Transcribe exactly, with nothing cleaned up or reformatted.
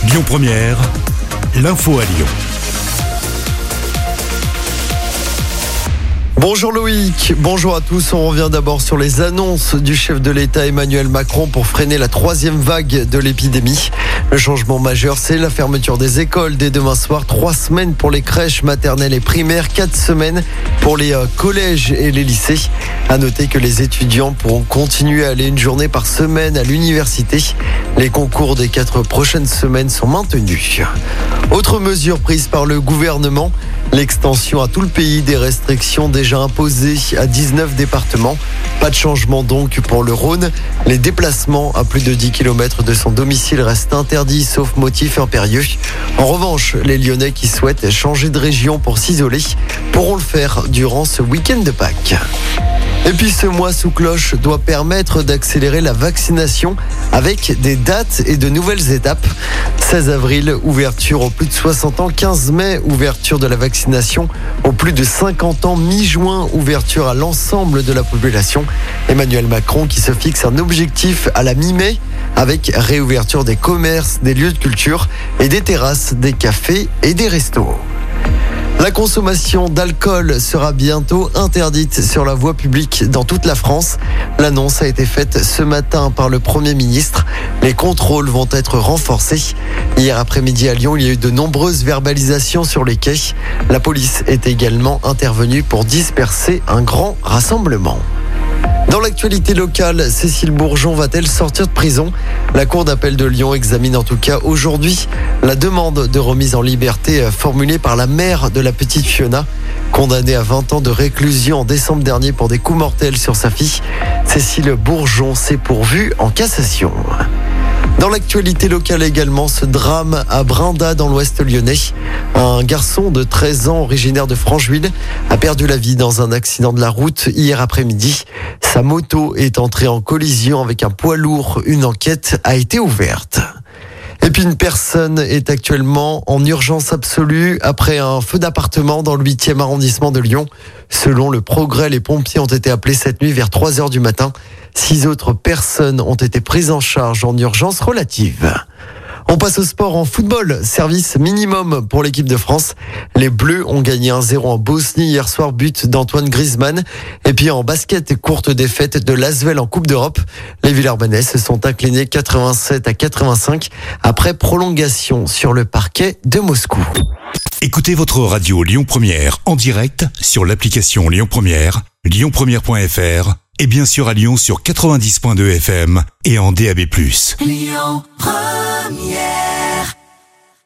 Lyon Première, l'info à Lyon. Bonjour Loïc, bonjour à tous. On revient d'abord sur les annonces du chef de l'État Emmanuel Macron pour freiner la troisième vague de l'épidémie. Le changement majeur, c'est la fermeture des écoles dès demain soir. Trois semaines pour les crèches maternelles et primaires, quatre semaines pour les euh, collèges et les lycées. À noter que les étudiants pourront continuer à aller une journée par semaine à l'université. Les concours des quatre prochaines semaines sont maintenus. Autre mesure prise par le gouvernement, l'extension à tout le pays des restrictions déjà imposées à dix-neuf départements. Pas de changement donc pour le Rhône. Les déplacements à plus de dix kilomètres de son domicile restent interdits sauf motif impérieux. En revanche, les Lyonnais qui souhaitent changer de région pour s'isoler pourront le faire durant ce week-end de Pâques. Et puis ce mois sous cloche doit permettre d'accélérer la vaccination avec des dates et de nouvelles étapes. seize avril, ouverture aux plus de soixante ans. quinze mai, ouverture de la vaccination aux plus de cinquante ans. Mi-juin, ouverture à l'ensemble de la population. Emmanuel Macron qui se fixe un objectif à la mi-mai avec réouverture des commerces, des lieux de culture et des terrasses, des cafés et des restos. La consommation d'alcool sera bientôt interdite sur la voie publique dans toute la France. L'annonce a été faite ce matin par le Premier ministre. Les contrôles vont être renforcés. Hier après-midi à Lyon, il y a eu de nombreuses verbalisations sur les quais. La police est également intervenue pour disperser un grand rassemblement. Dans l'actualité locale, Cécile Bourgeon va-t-elle sortir de prison ? La Cour d'appel de Lyon examine en tout cas aujourd'hui la demande de remise en liberté formulée par la mère de la petite Fiona, condamnée à vingt ans de réclusion en décembre dernier pour des coups mortels sur sa fille. Cécile Bourgeon s'est pourvue en cassation. Dans l'actualité locale également, ce drame à Brinda dans l'ouest lyonnais. Un garçon de treize ans originaire de Francheville a perdu la vie dans un accident de la route hier après-midi. Sa moto est entrée en collision avec un poids lourd. Une enquête a été ouverte. Et puis une personne est actuellement en urgence absolue après un feu d'appartement dans le huitième arrondissement de Lyon. Selon le Progrès, les pompiers ont été appelés cette nuit vers trois heures du matin. Six autres personnes ont été prises en charge en urgence relative. On passe au sport en football. Service minimum pour l'équipe de France. Les Bleus ont gagné un zéro en Bosnie hier soir, but d'Antoine Griezmann. Et puis en basket, courte défaite de l'Asvel en Coupe d'Europe. Les Villarbonnais se sont inclinés quatre-vingt-sept à quatre-vingt-cinq après prolongation sur le parquet de Moscou. Écoutez votre radio Lyon Première en direct sur l'application Lyon Première, lyon première point f r et bien sûr à Lyon sur quatre-vingt-dix point deux F M et en D A B plus. Lyon Première.